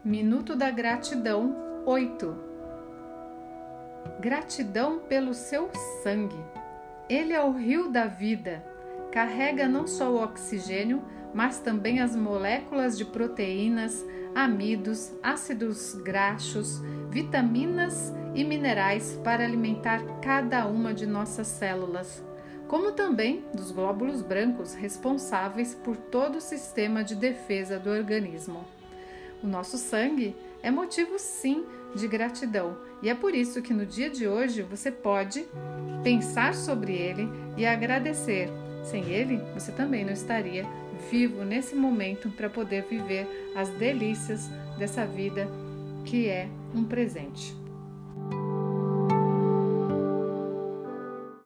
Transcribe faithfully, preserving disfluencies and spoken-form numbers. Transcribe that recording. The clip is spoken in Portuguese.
Minuto da Gratidão oito. Gratidão pelo seu sangue. Ele é o rio da vida. Carrega não só o oxigênio, mas também as moléculas de proteínas, amidos, ácidos graxos, vitaminas e minerais para alimentar cada uma de nossas células, como também dos glóbulos brancos responsáveis por todo o sistema de defesa do organismo. O nosso sangue é motivo, sim, de gratidão, e é por isso que no dia de hoje você pode pensar sobre ele e agradecer. Sem ele, você também não estaria vivo nesse momento para poder viver as delícias dessa vida que é um presente.